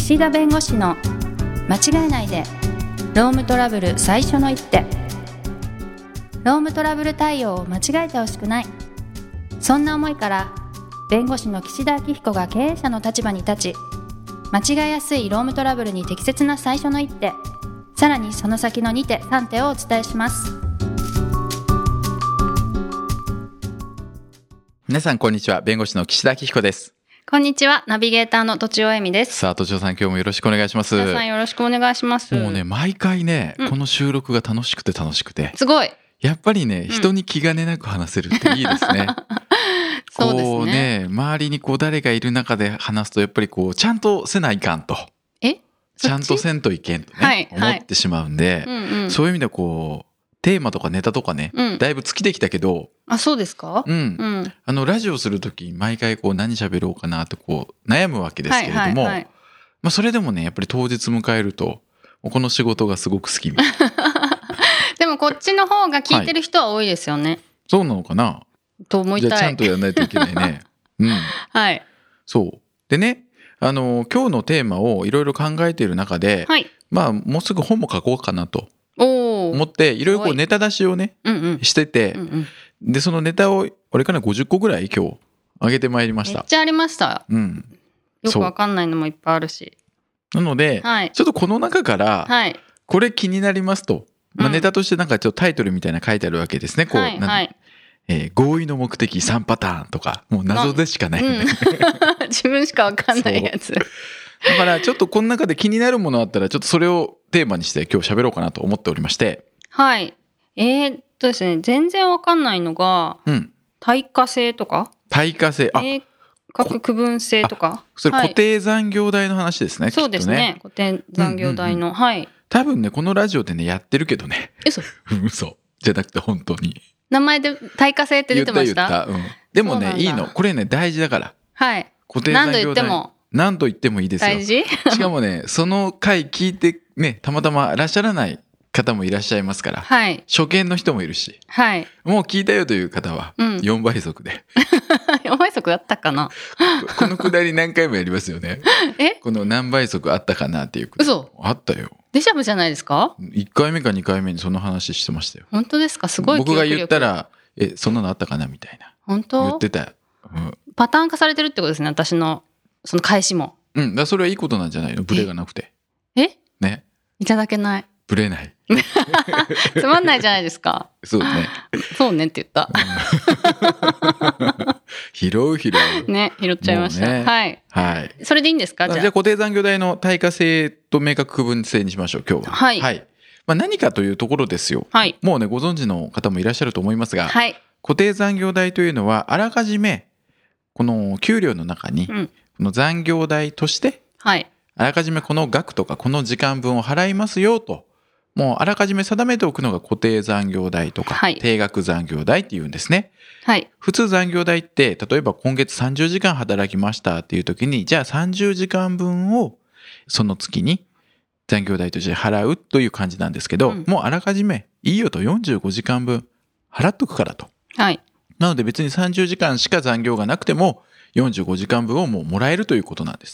岸田弁護士の間違えないでロームトラブル最初の一手。ロームトラブル対応を間違えてほしくない、そんな思いから弁護士の岸田明彦が経営者の立場に立ち、間違えやすいロームトラブルに適切な最初の一手、さらにその先の2手3手をお伝えします。 皆さんこんにちは。弁護士の岸田明彦です。 こんにちは。ナビゲーターのとちおえみです。 さあ、とちおさん、今日もよろしくお願いします。 皆さんよろしくお願いします。 もうね、毎回ね、この収録が楽しくてすごい。 やっぱりね、人に気兼ねなく話せるっていいですね。 そうですね。 こうね、周りにこう誰がいる中で話すとやっぱりこうちゃんとせないかんと、ちゃんとせんといけんとね、 はい思ってしまうんで、そういう意味でこうテーマとかネタとかね、だいぶ尽きてきたけど、 あ、そうですか。 ラジオするとき毎回こう何喋ろうかなってこう悩むわけですけれども、まあそれでもね、やっぱり当日迎えるとこの仕事がすごく好きみたいな。 でもこっちの方が聞いてる人は多いですよね。はい、 そうなのかなと思いたい。 じゃあちゃんとやらないといけないね。 はい。 そうでね、今日のテーマをいろいろ考えている中で、まあもうすぐ本も書こうかなと思っていろいろこうネタ出しをね、してて、でそのネタをあれかな50個ぐらい今日上げてまいりました。 めっちゃありました。よくわかんないのもいっぱいあるし。なので、ちょっとこの中から、これ気になりますと、ネタとしてなんかちょっとタイトルみたいな書いてあるわけですね。こう合意の目的3パターンとか、もう謎でしかない、 自分しかわかんないやつ。 だからちょっとこの中で気になるものあったらちょっとそれをテーマにして今日喋ろうかなと思っておりまして。 はい。ですね、全然わかんないのが、対価性とか、 対価性、 明確区分性とか、 それ固定残業代の話ですね。 そうですね。固定残業代の、 多分ねこのラジオでねやってるけどね。嘘じゃなくて本当に。 名前で対価性って出てました。 でもねいいの、これね大事だから。固定残業代何度言ってもいいですよ。 大事。 しかもねその回聞いてねたまたまいらっしゃらない方もいらっしゃいますから、初見の人もいるし、もう聞いたよという方は4倍速で、 4倍速だったかな。 このくだり何回もやりますよね。この何倍速あったかなっていうくだり。 嘘。 あったよ。 デジャブじゃないですか。 1回目か2回目にその話してましたよ。 本当ですか。すごい記憶力。 僕が言ったらそんなのあったかなみたいな。 本当言ってた。 パターン化されてるってことですね。私のその返しも。 だそれはいいことなんじゃないの。ブレがなくて。ね。いただけない。 ブレない。 つまんないじゃないですか。 そうね。 そうねって言った。 拾う。 ね、拾っちゃいました。はい。それでいいんですか。 じゃあ固定残業代の対価性と明確区分性にしましょう今日は。はい。何かというところですよ。もうねご存知の方もいらっしゃると思いますが、固定残業代というのはあらかじめこの給料の中にこの残業代としてあらかじめこの額とかこの時間分を払いますよと、もうあらかじめ定めておくのが固定残業代とか定額残業代っていうんですね。普通残業代って例えば今月30時間働きましたっていう時に、じゃあ30時間分をその月に残業代として払うという感じなんですけど、もうあらかじめいいよと45時間分払っとくからと。なので別に30時間しか残業がなくても45時間分をもうもらえるということなんです。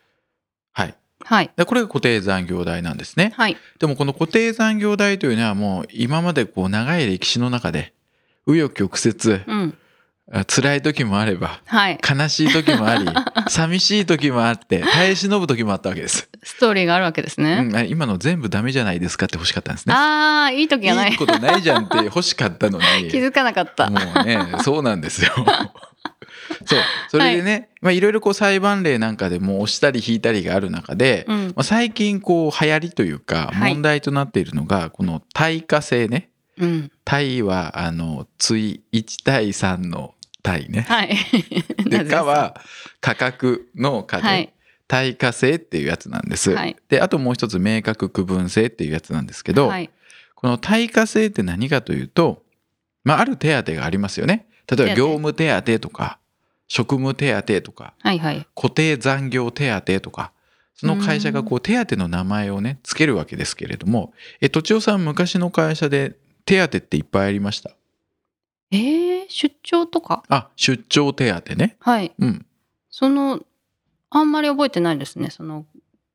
これが固定残業代なんですね。でもこの固定残業代というのはもう今までこう長い歴史の中で紆余曲折、辛い時もあれば、悲しい時もあり寂しい時もあって耐え忍ぶ時もあったわけです。 ストーリーがあるわけですね。 今の全部ダメじゃないですかって欲しかったんですね。 いい時がない。 いいことないじゃんって欲しかったのに気づかなかった。 もうねそうなんですよ。それでね、いろいろこう裁判例なんかでも押したり引いたりがある中で、最近こう流行りというか問題となっているのがこの対価性ね。対は対1対3の対ね。で価は価格の価で対価性っていうやつなんです。であともう一つ明確区分性っていうやつなんですけど、この対価性って何かというと、ある手当がありますよね。例えば業務手当とか職務手当とか、固定残業手当とか、その会社がこう手当の名前をねつけるわけですけれども、とちおさん昔の会社で手当っていっぱいありました？ 出張とか？ 出張手当ね。 そのあんまり覚えてないですね。その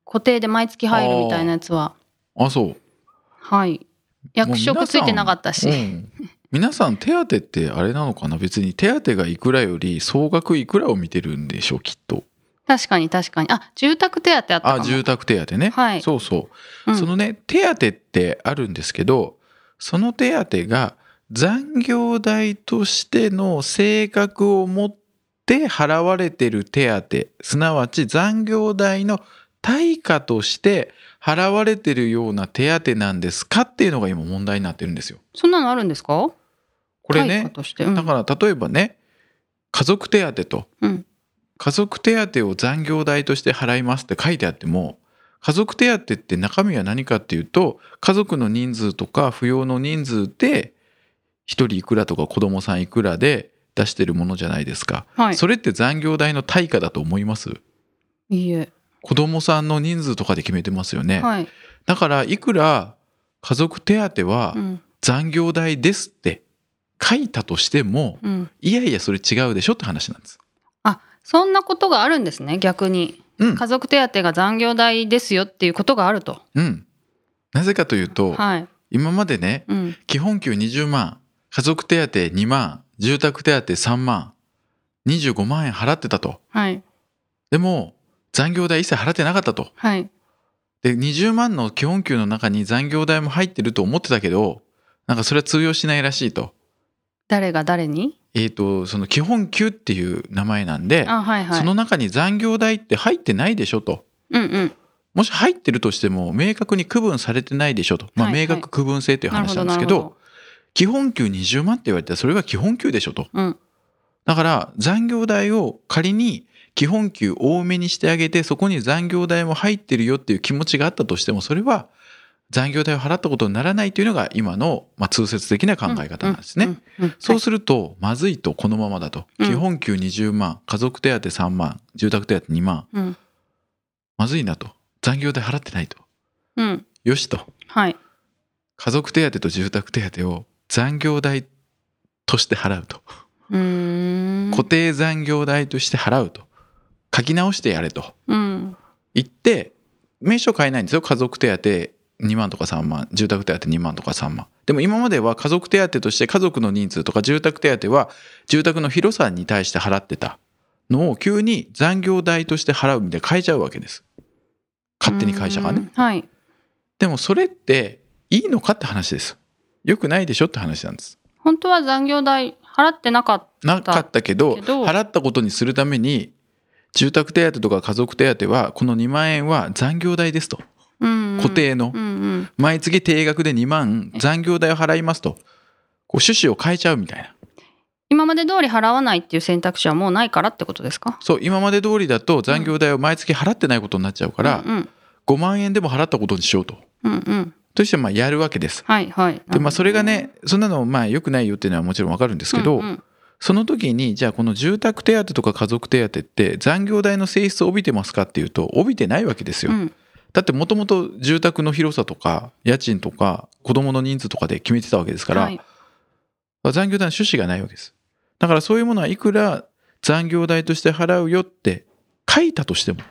固定で毎月入るみたいなやつは。 そう。 はい。役職ついてなかったし。 皆さん手当ってあれなのかな、別に手当がいくらより総額いくらを見てるんでしょう、きっと。 確かに。住宅手当あったかも。 住宅手当ね。はい。そうそう。そのね、手当ってあるんですけど、その手当が残業代としての性格を持って払われてる手当、すなわち残業代の対価として払われてるような手当なんですかっていうのが今問題になってるんですよ。 そんなのあるんですか？ これね、だから例えばね、家族手当と、家族手当を残業代として払いますって書いてあっても、家族手当って中身は何かっていうと、家族の人数とか扶養の人数で1人いくらとか子供さんいくらで出してるものじゃないですか、はい、それって残業代の対価だと思います？ いいえ。 子供さんの人数とかで決めてますよね、 はい、 だからいくら家族手当は残業代ですって書いたとしても、いやいやそれ違うでしょって話なんです。 そんなことがあるんですね、逆に。家族手当が残業代ですよっていうことがあると。 なぜかというと、 はい、 今までね、基本給20万、家族手当2万、住宅手当3万、25万円払ってたと。 はい、 でも残業代一切払ってなかったと。 はい、 で20万の基本給の中に残業代も入ってると思ってたけど、なんかそれは通用しないらしいと。 誰が誰に？ その基本給っていう名前なんで、 はいはい、 その中に残業代って入ってないでしょと、もし入ってるとしても明確に区分されてないでしょと、明確区分制という話なんですけど、基本給20万って言われたらそれは基本給でしょと、だから残業代を仮に基本給多めにしてあげて、そこに残業代も入ってるよっていう気持ちがあったとしても、それは残業代を払ったことにならないというのが今の通説的な考え方なんですね。そうするとまずいと、このままだと、基本給20万、家族手当3万、住宅手当2万、まずいなと、残業代払ってないと、よしと、 はい、 家族手当と住宅手当を残業代として払うと、固定残業代として払うと、書き直してやれと、言って名称変えないんですよ。家族手当2万とか3万、住宅手当2万とか3万。でも今までは家族手当として家族の人数とか住宅手当は住宅の広さに対して払ってたのを急に残業代として払うみたいに変えちゃうわけです。勝手に会社がね。 はい。 でもそれっていいのかって話です。よくないでしょって話なんです。 本当は残業代払ってなかったけど、払ったことにするために住宅手当とか家族手当はこの2万円は残業代ですと。固定の、毎月定額で2万残業代を払いますと、こう趣旨を変えちゃうみたいな。 今まで通り払わないっていう選択肢はもうないからってことですか？ そう、今まで通りだと残業代を毎月払ってないことになっちゃうから、5万円でも払ったことにしようと、としてやるわけです。 はいはい。 でそれがね、そんなの良くないよっていうのはもちろんわかるんですけど、その時にじゃあこの住宅手当とか家族手当って残業代の性質を帯びてますかっていうと帯びてないわけですよ。だってもともと住宅の広さとか家賃とか子供の人数とかで決めてたわけですから、残業代の趣旨がないわけです。だからそういうものはいくら残業代として払うよって書いたとして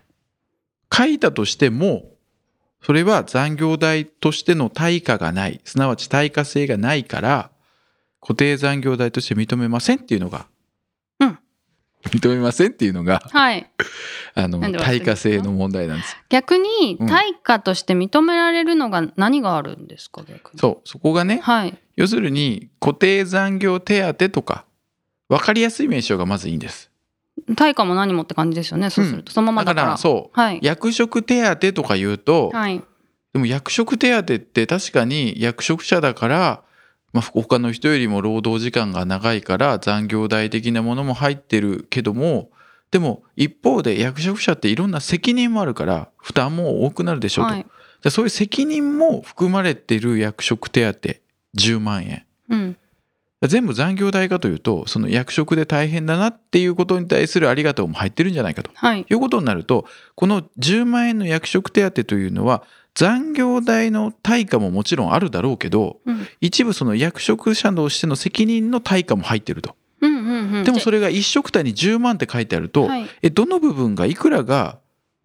もそれは残業代としての対価がない、すなわち対価性がないから固定残業代として認めませんっていうのが、認めませんっていうのが、 はい、 対価性の問題なんです。 逆に対価として認められるのが何があるんですか？逆にそこがね、要するに固定残業手当とか分かりやすい名称がまずいいんです。 対価も何もって感じですよね。そうするとそのままだからそう、役職手当とか言うと、でも役職手当って確かに役職者だから他の人よりも労働時間が長いから残業代的なものも入ってるけども、でも一方で役職者っていろんな責任もあるから負担も多くなるでしょうと、そういう責任も含まれている役職手当10万円、全部残業代かというと、その役職で大変だなっていうことに対するありがとうも入ってるんじゃないかと、いうことになると、この10万円の役職手当というのは残業代の対価ももちろんあるだろうけど、一部その役職者としての責任の対価も入ってると、でもそれが一緒くたに10万って書いてあると、どの部分がいくらが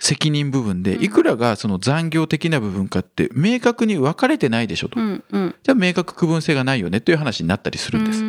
責任部分でいくらがその残業的な部分かって明確に分かれてないでしょと、じゃあ明確区分性がないよねという話になったりするんです。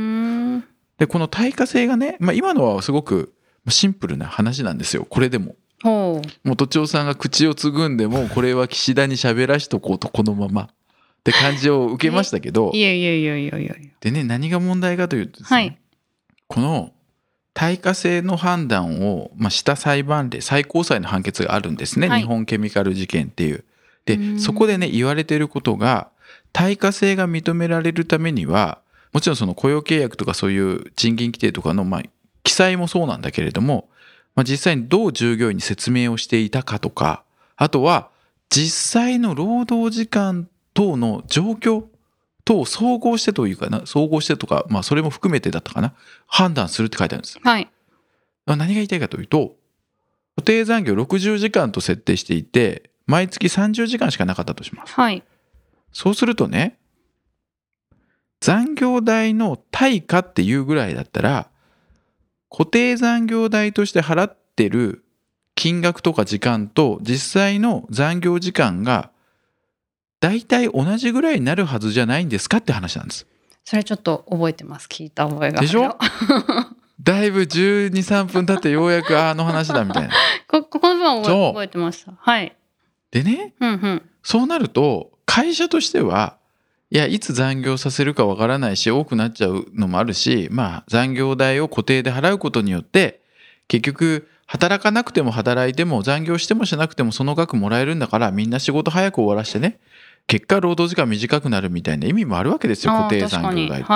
でこの対価性がね、今のはすごくシンプルな話なんですよ。これでももう都庁さんが口をつぐんでもこれは岸田に喋らしとこうとこのままって感じを受けましたけど、 いやでね、何が問題かというとですね、この対価性の判断を、した裁判例、最高裁の判決があるんですね、日本ケミカル事件っていう。でそこでね言われていることが、対価性が認められるためにはもちろんその雇用契約とかそういう賃金規定とかの記載もそうなんだけれども、実際にどう従業員に説明をしていたかとか、あとは実際の労働時間等の状況等を総合してというかな、総合してとか、それも含めてだったかな、判断するって書いてあるんです。何が言いたいかというと、固定残業60時間と設定していて毎月30時間しかなかったとします。そうするとね、残業代の対価っていうぐらいだったら固定残業代として払ってる金額とか時間と実際の残業時間が大体同じぐらいになるはずじゃないんですかって話なんです。 それちょっと覚えてます。聞いた覚えがあるよ。 でしょだいぶ12、3分経ってようやくあの話だみたいなこの部分は覚えてました。 でね、そうなると会社としてはいつ残業させるかわからないし多くなっちゃうのもあるし、残業代を固定で払うことによって結局働かなくても働いても残業してもしなくてもその額もらえるんだから、みんな仕事早く終わらしてね、結果労働時間短くなるみたいな意味もあるわけですよ、固定残業代って。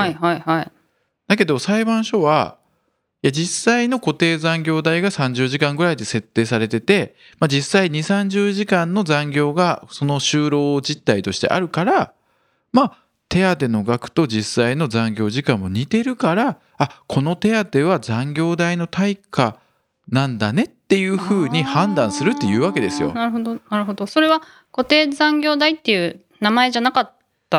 だけど裁判所実際の固定残業代が30時間ぐらいで設定されてて、実際2、30時間の残業がその就労実態としてあるから、手当の額と実際の残業時間も似てるから、この手当は残業代の対価なんだねっていうふうに判断するっていうわけですよ。 なるほど。それは固定残業代っていう名前じゃなかった、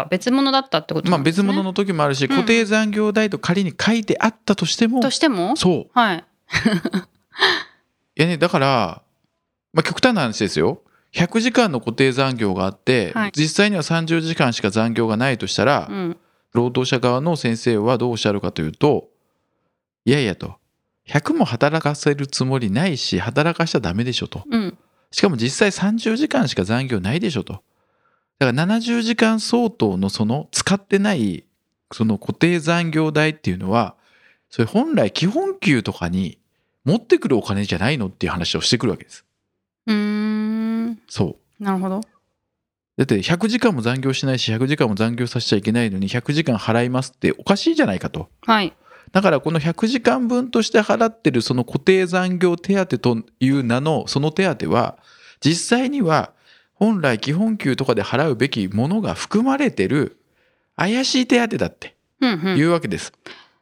別物だったってことなんですね。 別物の時もあるし、固定残業代と仮に書いてあったとしてもそう。いやね、だから、極端な話ですよ。100時間の固定残業があって、実際には30時間しか残業がないとしたら、労働者側の先生はどうおっしゃるかというと、いやいやと、100も働かせるつもりないし働かしちゃダメでしょと、しかも実際30時間しか残業ないでしょと。だから70時間相当のその使ってないその固定残業代っていうのは、それ本来基本給とかに持ってくるお金じゃないのっていう話をしてくるわけです。そう。 なるほど。 だって100時間も残業しないし100時間も残業させちゃいけないのに100時間払いますっておかしいじゃないかと。だからこの100時間分として払ってるその固定残業手当という名のその手当は、実際には本来基本給とかで払うべきものが含まれてる怪しい手当だっていうわけです。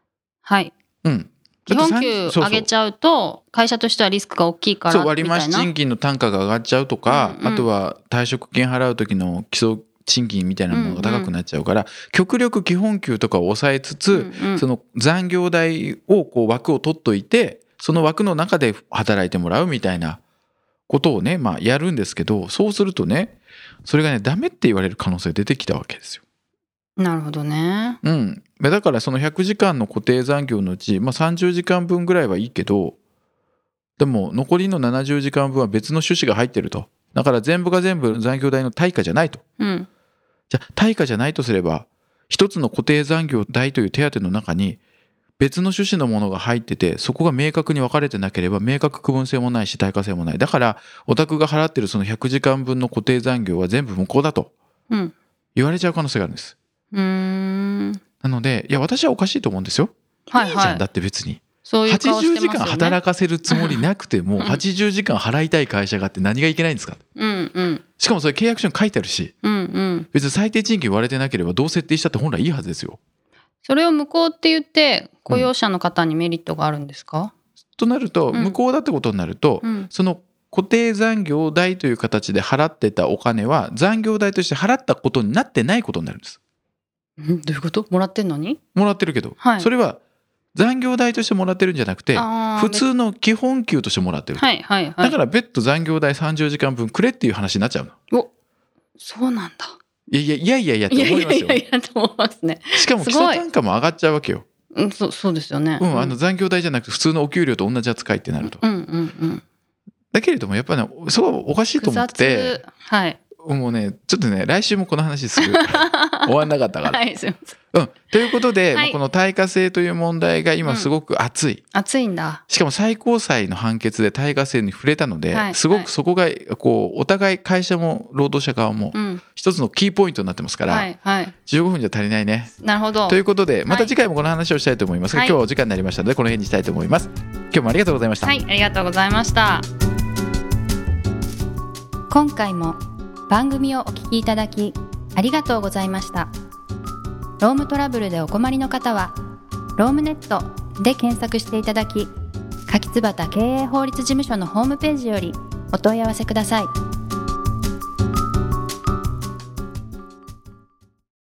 基本給上げちゃうと会社としてはリスクが大きいからみたいな。 割増賃金の単価が上がっちゃうとか、あとは退職金払う時の基礎賃金みたいなものが高くなっちゃうから、極力基本給とかを抑えつつ、その残業代を枠を取っといてその枠の中で働いてもらうみたいなことをね、やるんですけど、そうするとね、それがねダメって言われる可能性が出てきたわけですよ。 なるほどね。 だからその100時間の固定残業のうち、30時間分ぐらいはいいけど、でも残りの70時間分は別の趣旨が入ってると。だから全部が全部残業代の対価じゃないと。じゃあ対価じゃないとすれば、一つの固定残業代という手当の中に別の趣旨のものが入ってて、そこが明確に分かれてなければ明確区分性もないし対価性もない。だからお宅が払ってるその100時間分の固定残業は全部無効だと言われちゃう可能性があるんです。なので、私はおかしいと思うんですよ。いいじゃん、だって別に80時間働かせるつもりなくても80時間払いたい会社があって何がいけないんですか。しかもそれ契約書に書いてあるし、別に最低賃金割れてなければどう設定したって本来いいはずですよ。 それを無効って言って雇用者の方にメリットがあるんですか？ となると、無効だってことになると、その固定残業代という形で払ってたお金は残業代として払ったことになってないことになるんです。 どういうこと？もらってんのに？ もらってるけど、それは残業代としてもらってるんじゃなくて普通の基本給としてもらってる、はいはいはい、だから別途残業代30時間分くれっていう話になっちゃうの。 お、そうなんだ。 いやって思いますよ。 いやと思いますね。 しかも基礎単価も上がっちゃうわけよ。 そうですよね。 残業代じゃなくて普通のお給料と同じ扱いってなると、だけれどもやっぱりねそこはおかしいと思って、はい、もうねちょっとね来週もこの話する終わんなかったから、はい、すいません。ということで、はい、この対価制という問題が今すごく熱い、 熱いんだ。 しかも最高裁の判決で対価制に触れたので、はい、すごくそこがこうお互い会社も労働者側も一つのキーポイントになってますから、はいはい、15分じゃ足りないね。 なるほど。 ということでまた次回もこの話をしたいと思いますが、はい、今日はお時間になりましたのでこの辺にしたいと思います。今日もありがとうございました。 はい、ありがとうございました。今回も番組をお聞きいただきありがとうございました。ロームトラブルでお困りの方はロームネットで検索していただき、柿椿経営法律事務所のホームページよりお問い合わせください。